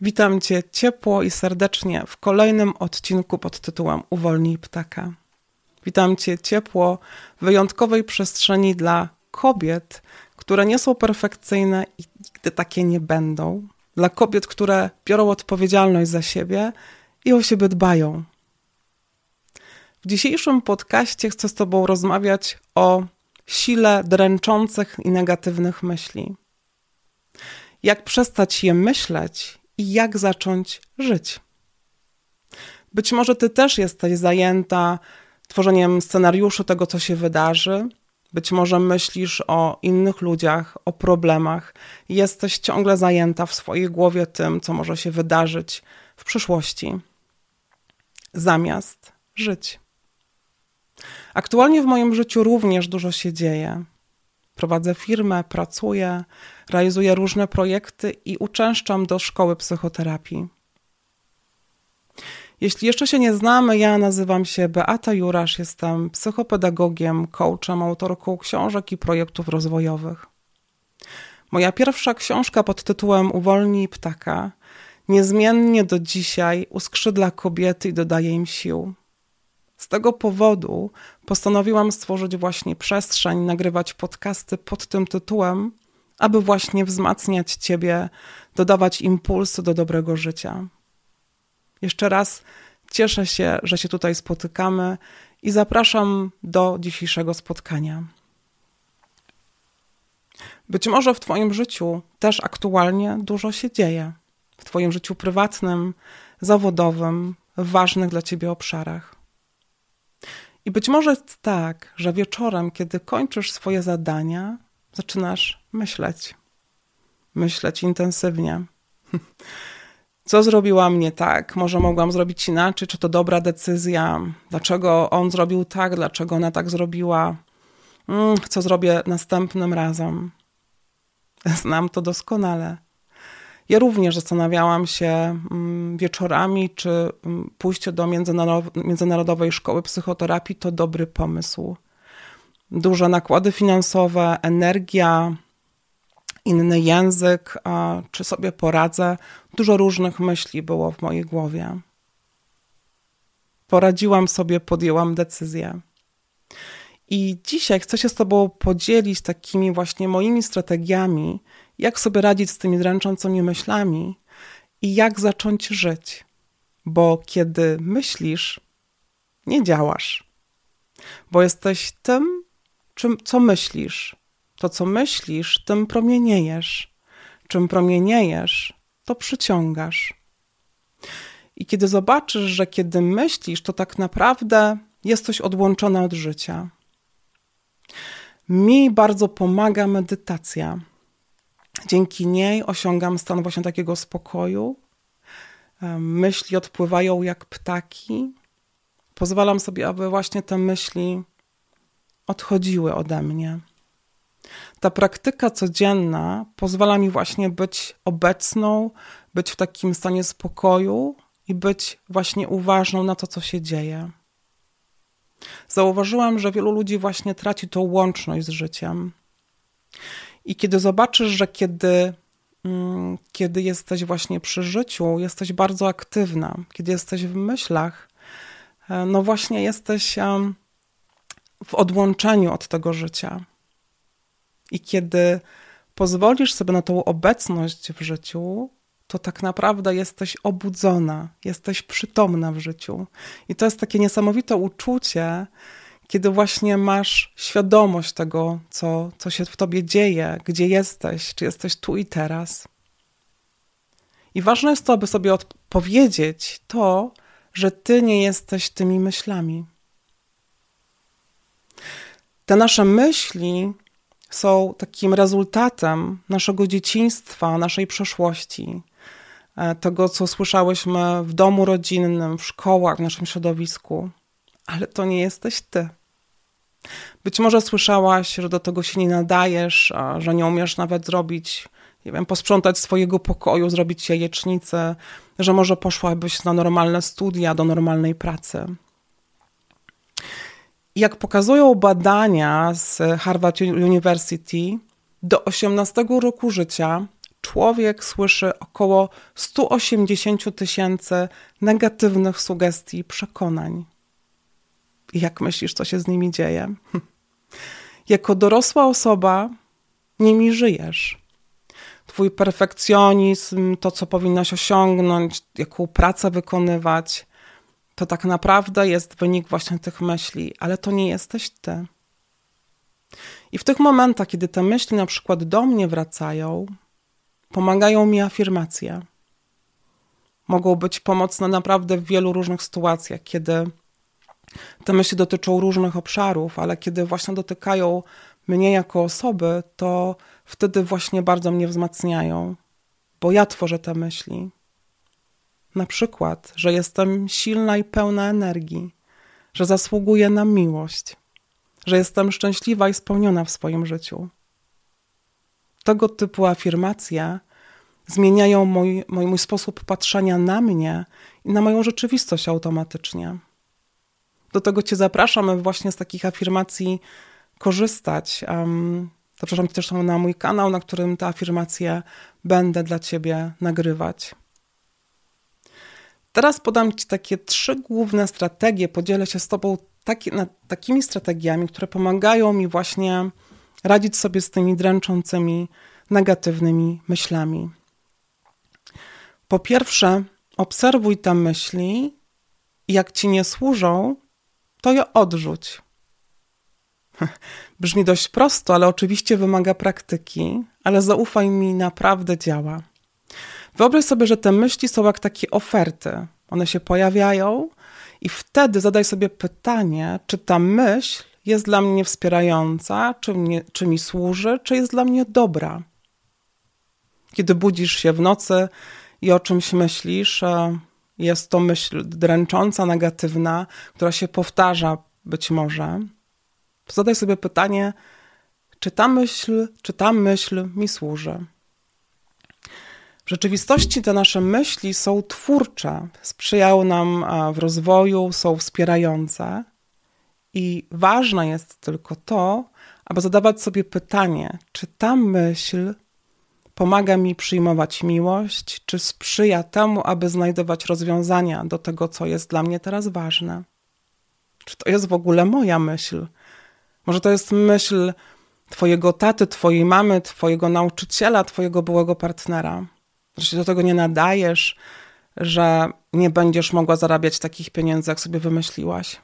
Witam Cię ciepło i serdecznie w kolejnym odcinku pod tytułem Uwolnij ptaka. Witam Cię ciepło w wyjątkowej przestrzeni dla kobiet, które nie są perfekcyjne i nigdy takie nie będą. Dla kobiet, które biorą odpowiedzialność za siebie i o siebie dbają. W dzisiejszym podcaście chcę z Tobą rozmawiać o sile dręczących i negatywnych myśli. Jak przestać je myśleć i jak zacząć żyć. Być może Ty też jesteś zajęta tworzeniem scenariuszu tego, co się wydarzy. Być może myślisz o innych ludziach, o problemach i jesteś ciągle zajęta w swojej głowie tym, co może się wydarzyć w przyszłości, zamiast żyć. Aktualnie w moim życiu również dużo się dzieje. Prowadzę firmę, pracuję, realizuję różne projekty i uczęszczam do szkoły psychoterapii. Jeśli jeszcze się nie znamy, ja nazywam się Beata Jurasz, jestem psychopedagogiem, coachem, autorką książek i projektów rozwojowych. Moja pierwsza książka pod tytułem Uwolnij ptaka niezmiennie do dzisiaj uskrzydla kobiety i dodaje im sił. Z tego powodu postanowiłam stworzyć właśnie przestrzeń, nagrywać podcasty pod tym tytułem, aby właśnie wzmacniać Ciebie, dodawać impulsy do dobrego życia. Jeszcze raz cieszę się, że się tutaj spotykamy i zapraszam do dzisiejszego spotkania. Być może w Twoim życiu też aktualnie dużo się dzieje. W Twoim życiu prywatnym, zawodowym, w ważnych dla Ciebie obszarach. I być może jest tak, że wieczorem, kiedy kończysz swoje zadania, zaczynasz myśleć. Myśleć intensywnie. Co zrobiłam nie tak? Może mogłam zrobić inaczej? Czy to dobra decyzja? Dlaczego on zrobił tak? Dlaczego ona tak zrobiła? Co zrobię następnym razem? Znam to doskonale. Ja również zastanawiałam się wieczorami, czy pójście do Międzynarodowej Szkoły Psychoterapii to dobry pomysł. Duże nakłady finansowe, energia, inny język, czy sobie poradzę. Dużo różnych myśli było w mojej głowie. Poradziłam sobie, podjęłam decyzję. I dzisiaj chcę się z Tobą podzielić takimi właśnie moimi strategiami, jak sobie radzić z tymi dręczącymi myślami i jak zacząć żyć. Bo kiedy myślisz, nie działasz. Bo jesteś tym, co myślisz. To, co myślisz, tym promieniejesz. Czym promieniejesz, to przyciągasz. I kiedy zobaczysz, że kiedy myślisz, to tak naprawdę jesteś odłączona od życia. Mi bardzo pomaga medytacja. Dzięki niej osiągam stan właśnie takiego spokoju. Myśli odpływają jak ptaki. Pozwalam sobie, aby właśnie te myśli odchodziły ode mnie. Ta praktyka codzienna pozwala mi właśnie być obecną, być w takim stanie spokoju i być właśnie uważną na to, co się dzieje. Zauważyłam, że wielu ludzi właśnie traci tą łączność z życiem. I kiedy zobaczysz, że kiedy jesteś właśnie przy życiu, jesteś bardzo aktywna, kiedy jesteś w myślach, no właśnie jesteś w odłączeniu od tego życia. I kiedy pozwolisz sobie na tą obecność w życiu, to tak naprawdę jesteś obudzona, jesteś przytomna w życiu. I to jest takie niesamowite uczucie, kiedy właśnie masz świadomość tego, co się w tobie dzieje, gdzie jesteś, czy jesteś tu i teraz. I ważne jest to, aby sobie odpowiedzieć to, że ty nie jesteś tymi myślami. Te nasze myśli są takim rezultatem naszego dzieciństwa, naszej przeszłości, tego, co słyszałyśmy w domu rodzinnym, w szkołach, w naszym środowisku. Ale to nie jesteś ty. Być może słyszałaś, że do tego się nie nadajesz, że nie umiesz nawet zrobić, nie wiem, posprzątać swojego pokoju, zrobić jajecznicę, że może poszłabyś na normalne studia, do normalnej pracy. Jak pokazują badania z Harvard University, do 18 roku życia człowiek słyszy około 180 000 negatywnych sugestii i przekonań. I jak myślisz, co się z nimi dzieje? Jako dorosła osoba nimi żyjesz. Twój perfekcjonizm, to co powinnaś osiągnąć, jaką pracę wykonywać, to tak naprawdę jest wynik właśnie tych myśli, ale to nie jesteś ty. I w tych momentach, kiedy te myśli na przykład do mnie wracają, pomagają mi afirmacje. Mogą być pomocne naprawdę w wielu różnych sytuacjach, kiedy te myśli dotyczą różnych obszarów, ale kiedy właśnie dotykają mnie jako osoby, to wtedy właśnie bardzo mnie wzmacniają, bo ja tworzę te myśli. Na przykład, że jestem silna i pełna energii, że zasługuję na miłość, że jestem szczęśliwa i spełniona w swoim życiu. Tego typu afirmacje zmieniają mój sposób patrzenia na mnie i na moją rzeczywistość automatycznie. Do tego Cię zapraszam, aby właśnie z takich afirmacji korzystać. Zapraszam Cię też na mój kanał, na którym te afirmacje będę dla Ciebie nagrywać. Teraz podam Ci takie 3 główne strategie, podzielę się z Tobą takimi strategiami, które pomagają mi właśnie radzić sobie z tymi dręczącymi, negatywnymi myślami. Po pierwsze, obserwuj te myśli i jak Ci nie służą, to je odrzuć. Brzmi dość prosto, ale oczywiście wymaga praktyki, ale zaufaj mi, naprawdę działa. Wyobraź sobie, że te myśli są jak takie oferty. One się pojawiają i wtedy zadaj sobie pytanie, czy ta myśl jest dla mnie wspierająca, czy mi służy, czy jest dla mnie dobra. Kiedy budzisz się w nocy i o czymś myślisz, jest to myśl dręcząca, negatywna, która się powtarza być może, to zadaj sobie pytanie, czy ta myśl mi służy. W rzeczywistości te nasze myśli są twórcze, sprzyjają nam w rozwoju, są wspierające i ważne jest tylko to, aby zadawać sobie pytanie, czy ta myśl pomaga mi przyjmować miłość, czy sprzyja temu, aby znajdować rozwiązania do tego, co jest dla mnie teraz ważne. Czy to jest w ogóle moja myśl? Może to jest myśl twojego taty, twojej mamy, twojego nauczyciela, twojego byłego partnera. Że się do tego nie nadajesz, że nie będziesz mogła zarabiać takich pieniędzy, jak sobie wymyśliłaś.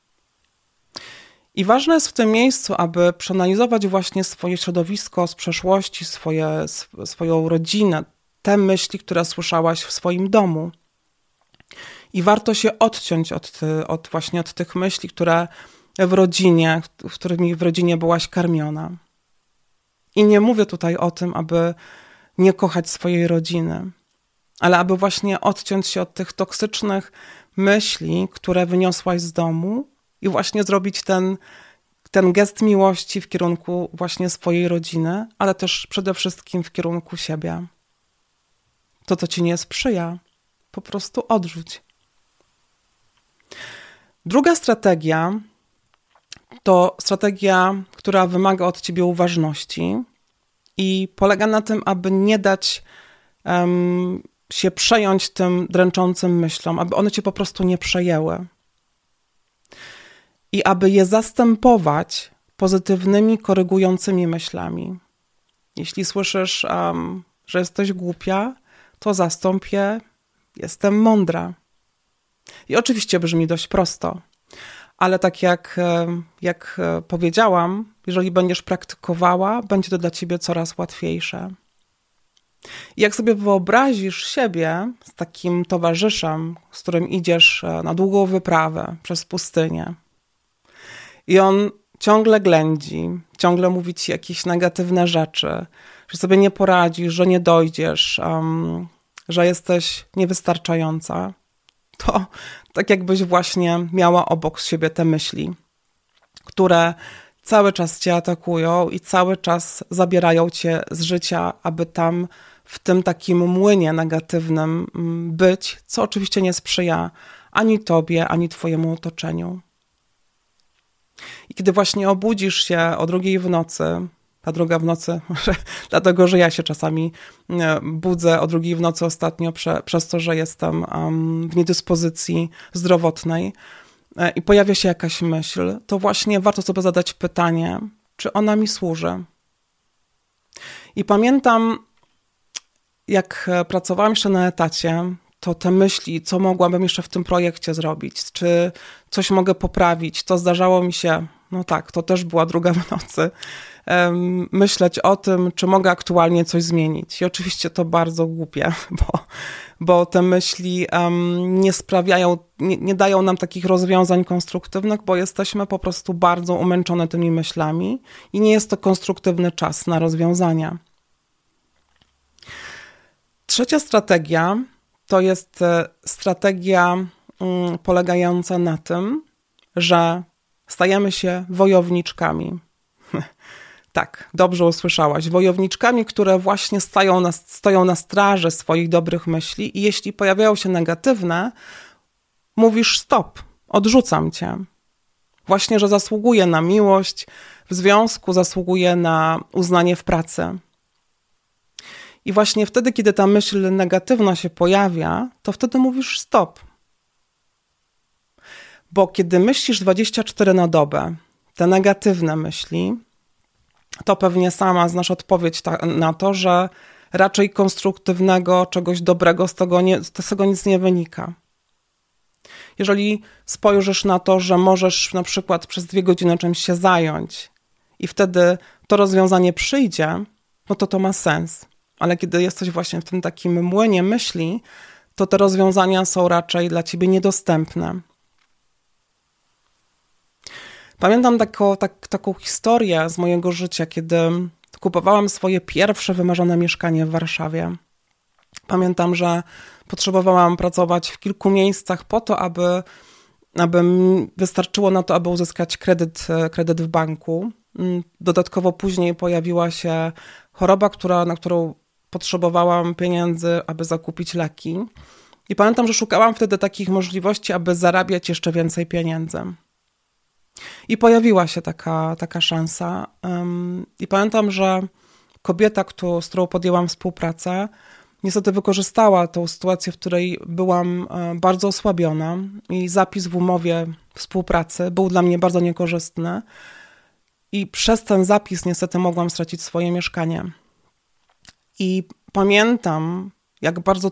I ważne jest w tym miejscu, aby przeanalizować właśnie swoje środowisko z przeszłości, swoją rodzinę, te myśli, które słyszałaś w swoim domu. I warto się odciąć od tych myśli, które którymi w rodzinie byłaś karmiona. I nie mówię tutaj o tym, aby nie kochać swojej rodziny, ale aby właśnie odciąć się od tych toksycznych myśli, które wyniosłaś z domu i właśnie zrobić ten gest miłości w kierunku właśnie swojej rodziny, ale też przede wszystkim w kierunku siebie. To, co ci nie sprzyja, po prostu odrzuć. Druga strategia to strategia, która wymaga od ciebie uważności i polega na tym, aby nie dać się przejąć tym dręczącym myślom, aby one cię po prostu nie przejęły. I aby je zastępować pozytywnymi, korygującymi myślami. Jeśli słyszysz, że jesteś głupia, to zastąp je, jestem mądra. I oczywiście brzmi dość prosto, ale tak jak powiedziałam, jeżeli będziesz praktykowała, będzie to dla ciebie coraz łatwiejsze. I jak sobie wyobrazisz siebie z takim towarzyszem, z którym idziesz na długą wyprawę przez pustynię i on ciągle ględzi, ciągle mówi ci jakieś negatywne rzeczy, że sobie nie poradzisz, że nie dojdziesz, że jesteś niewystarczająca, to tak jakbyś właśnie miała obok siebie te myśli, które cały czas cię atakują i cały czas zabierają cię z życia, aby tam w tym takim młynie negatywnym być, co oczywiście nie sprzyja ani tobie, ani twojemu otoczeniu. I kiedy właśnie obudzisz się o 2:00 w nocy, Ta druga w nocy, może dlatego, że ja się czasami budzę o 2 w nocy ostatnio przez to, że jestem w niedyspozycji zdrowotnej i pojawia się jakaś myśl, to właśnie warto sobie zadać pytanie, czy ona mi służy. I pamiętam, jak pracowałam jeszcze na etacie, to te myśli, co mogłabym jeszcze w tym projekcie zrobić, czy coś mogę poprawić, to zdarzało mi się, no tak, to też była 2 w nocy, myśleć o tym, czy mogę aktualnie coś zmienić. I oczywiście to bardzo głupie, bo te myśli nie sprawiają, nie dają nam takich rozwiązań konstruktywnych, bo jesteśmy po prostu bardzo umęczone tymi myślami i nie jest to konstruktywny czas na rozwiązania. Trzecia strategia to jest strategia polegająca na tym, że stajemy się wojowniczkami. Tak, dobrze usłyszałaś. Wojowniczkami, które właśnie stoją na straży swoich dobrych myśli i jeśli pojawiają się negatywne, mówisz stop, odrzucam cię. Właśnie, że zasługuję na miłość w związku, zasługuję na uznanie w pracy. I właśnie wtedy, kiedy ta myśl negatywna się pojawia, to wtedy mówisz stop. Bo kiedy myślisz 24 na dobę, te negatywne myśli, to pewnie sama znasz odpowiedź na to, że raczej konstruktywnego, czegoś dobrego z tego nic nie wynika. Jeżeli spojrzysz na to, że możesz na przykład przez 2 godziny czymś się zająć i wtedy to rozwiązanie przyjdzie, no to ma sens. Ale kiedy jesteś właśnie w tym takim młynie myśli, to te rozwiązania są raczej dla ciebie niedostępne. Pamiętam taką historię z mojego życia, kiedy kupowałam swoje pierwsze wymarzone mieszkanie w Warszawie. Pamiętam, że potrzebowałam pracować w kilku miejscach po to, aby wystarczyło na to, aby uzyskać kredyt w banku. Dodatkowo później pojawiła się choroba, na którą potrzebowałam pieniędzy, aby zakupić leki. I pamiętam, że szukałam wtedy takich możliwości, aby zarabiać jeszcze więcej pieniędzy. I pojawiła się taka szansa. I pamiętam, że kobieta, z którą podjęłam współpracę, niestety wykorzystała tą sytuację, w której byłam bardzo osłabiona i zapis w umowie współpracy był dla mnie bardzo niekorzystny. I przez ten zapis niestety mogłam stracić swoje mieszkanie. I pamiętam, jak bardzo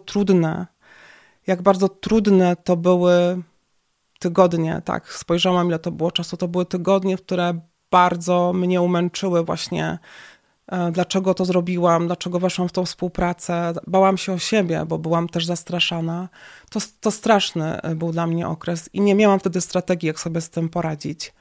trudne to były tygodnie, tak, spojrzałam, ile to było czasu, to były tygodnie, które bardzo mnie umęczyły właśnie, dlaczego to zrobiłam, dlaczego weszłam w tą współpracę, bałam się o siebie, bo byłam też zastraszana. To straszny był dla mnie okres i nie miałam wtedy strategii, jak sobie z tym poradzić.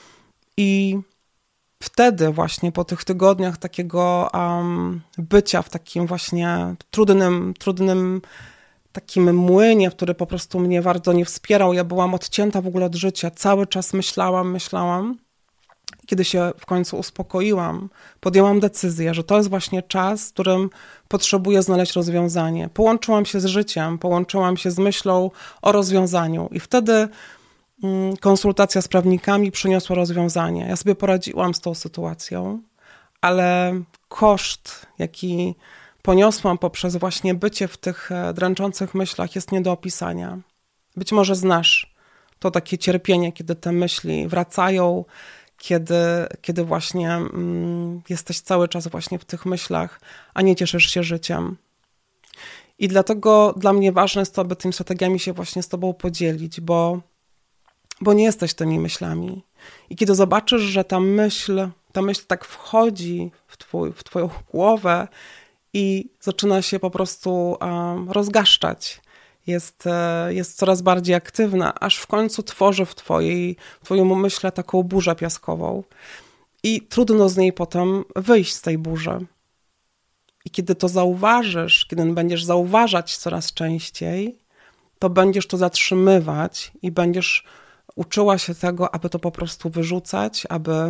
I wtedy właśnie po tych tygodniach takiego bycia w takim właśnie trudnym takim młynie, który po prostu mnie bardzo nie wspierał. Ja byłam odcięta w ogóle od życia. Cały czas myślałam. Kiedy się w końcu uspokoiłam, podjęłam decyzję, że to jest właśnie czas, w którym potrzebuję znaleźć rozwiązanie. Połączyłam się z życiem, połączyłam się z myślą o rozwiązaniu i wtedy konsultacja z prawnikami przyniosła rozwiązanie. Ja sobie poradziłam z tą sytuacją, ale koszt, jaki poniosłam poprzez właśnie bycie w tych dręczących myślach, jest nie do opisania. Być może znasz to takie cierpienie, kiedy te myśli wracają, kiedy właśnie jesteś cały czas właśnie w tych myślach, a nie cieszysz się życiem. I dlatego dla mnie ważne jest to, aby tymi strategiami się właśnie z tobą podzielić, bo nie jesteś tymi myślami. I kiedy zobaczysz, że ta myśl tak wchodzi w twoją głowę i zaczyna się po prostu rozgaszczać, jest coraz bardziej aktywna, aż w końcu tworzy w twoim umyśle taką burzę piaskową. I trudno z niej potem wyjść z tej burzy. I kiedy to zauważysz, kiedy będziesz zauważać coraz częściej, to będziesz to zatrzymywać i będziesz uczyła się tego, aby to po prostu wyrzucać,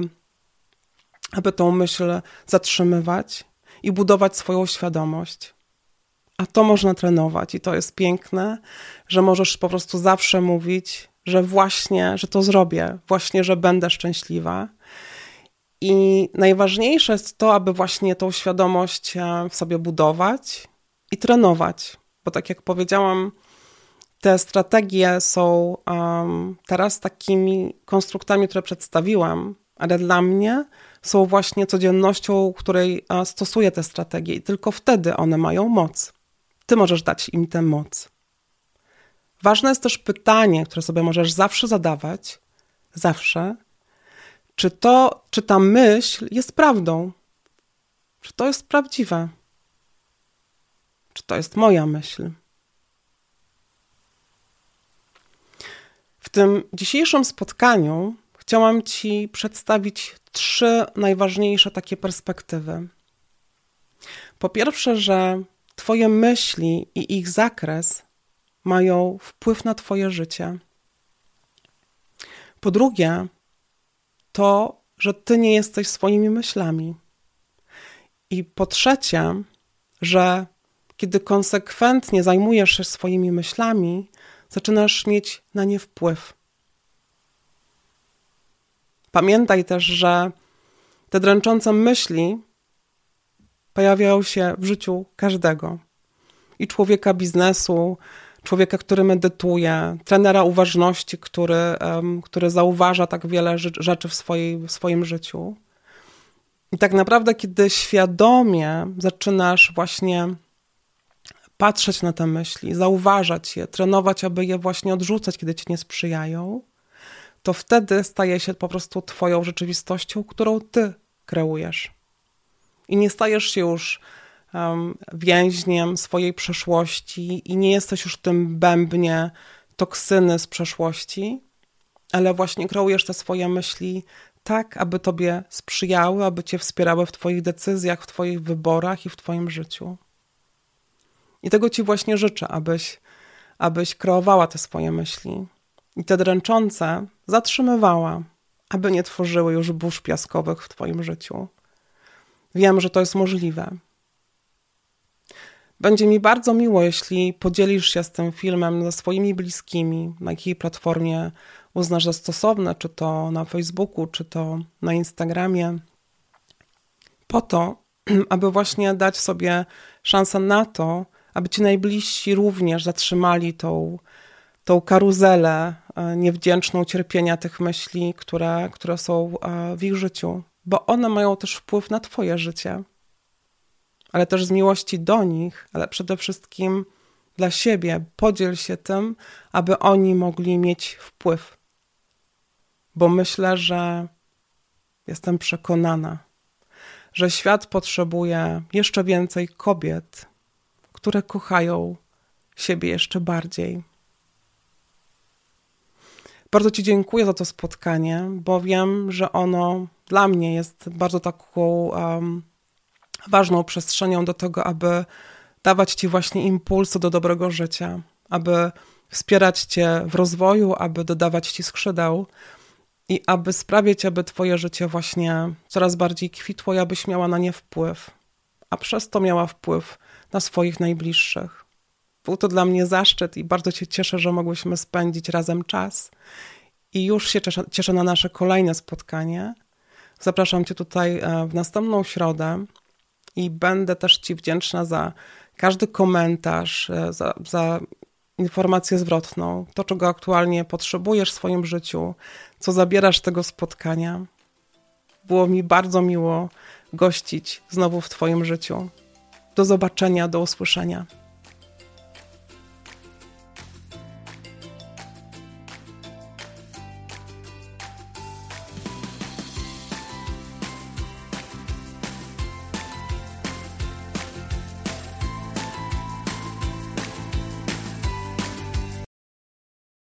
aby tą myśl zatrzymywać i budować swoją świadomość. A to można trenować i to jest piękne, że możesz po prostu zawsze mówić, że to zrobię, właśnie, że będę szczęśliwa. I najważniejsze jest to, aby właśnie tą świadomość w sobie budować i trenować. Bo tak jak powiedziałam, te strategie są teraz takimi konstruktami, które przedstawiłam, ale dla mnie są właśnie codziennością, której stosuję te strategie i tylko wtedy one mają moc. Ty możesz dać im tę moc. Ważne jest też pytanie, które sobie możesz zawsze zadawać, czy ta myśl jest prawdą? Czy to jest prawdziwe? Czy to jest moja myśl? W tym dzisiejszym spotkaniu chciałam Ci przedstawić 3 najważniejsze takie perspektywy. Po pierwsze, że Twoje myśli i ich zakres mają wpływ na Twoje życie. Po drugie, to, że Ty nie jesteś swoimi myślami. I po trzecie, że kiedy konsekwentnie zajmujesz się swoimi myślami, zaczynasz mieć na nie wpływ. Pamiętaj też, że te dręczące myśli pojawiają się w życiu każdego. I człowieka biznesu, człowieka, który medytuje, trenera uważności, który zauważa tak wiele rzeczy w swoim życiu. I tak naprawdę, kiedy świadomie zaczynasz właśnie patrzeć na te myśli, zauważać je, trenować, aby je właśnie odrzucać, kiedy ci nie sprzyjają, to wtedy staje się po prostu twoją rzeczywistością, którą ty kreujesz. I nie stajesz się już więźniem swojej przeszłości i nie jesteś już tym bębnie toksyny z przeszłości, ale właśnie kreujesz te swoje myśli tak, aby tobie sprzyjały, aby cię wspierały w twoich decyzjach, w twoich wyborach i w twoim życiu. I tego ci właśnie życzę, abyś kreowała te swoje myśli i te dręczące zatrzymywała, aby nie tworzyły już burz piaskowych w twoim życiu. Wiem, że to jest możliwe. Będzie mi bardzo miło, jeśli podzielisz się z tym filmem ze swoimi bliskimi, na jakiej platformie uznasz za stosowne, czy to na Facebooku, czy to na Instagramie, po to, aby właśnie dać sobie szansę na to, aby ci najbliżsi również zatrzymali tą karuzelę niewdzięczną cierpienia tych myśli, które są w ich życiu, bo one mają też wpływ na twoje życie, ale też z miłości do nich, ale przede wszystkim dla siebie. Podziel się tym, aby oni mogli mieć wpływ, bo myślę, że jestem przekonana, że świat potrzebuje jeszcze więcej kobiet, które kochają siebie jeszcze bardziej. Bardzo ci dziękuję za to spotkanie, bo wiem, że ono dla mnie jest bardzo taką ważną przestrzenią do tego, aby dawać ci właśnie impulsy do dobrego życia, aby wspierać cię w rozwoju, aby dodawać ci skrzydeł i aby sprawić, aby twoje życie właśnie coraz bardziej kwitło i abyś miała na nie wpływ, a przez to miała wpływ na swoich najbliższych. Był to dla mnie zaszczyt i bardzo się cieszę, że mogłyśmy spędzić razem czas i już się cieszę na nasze kolejne spotkanie. Zapraszam cię tutaj w następną środę i będę też ci wdzięczna za każdy komentarz, za informację zwrotną, to czego aktualnie potrzebujesz w swoim życiu, co zabierasz z tego spotkania. Było mi bardzo miło gościć znowu w twoim życiu. Do zobaczenia, do usłyszenia.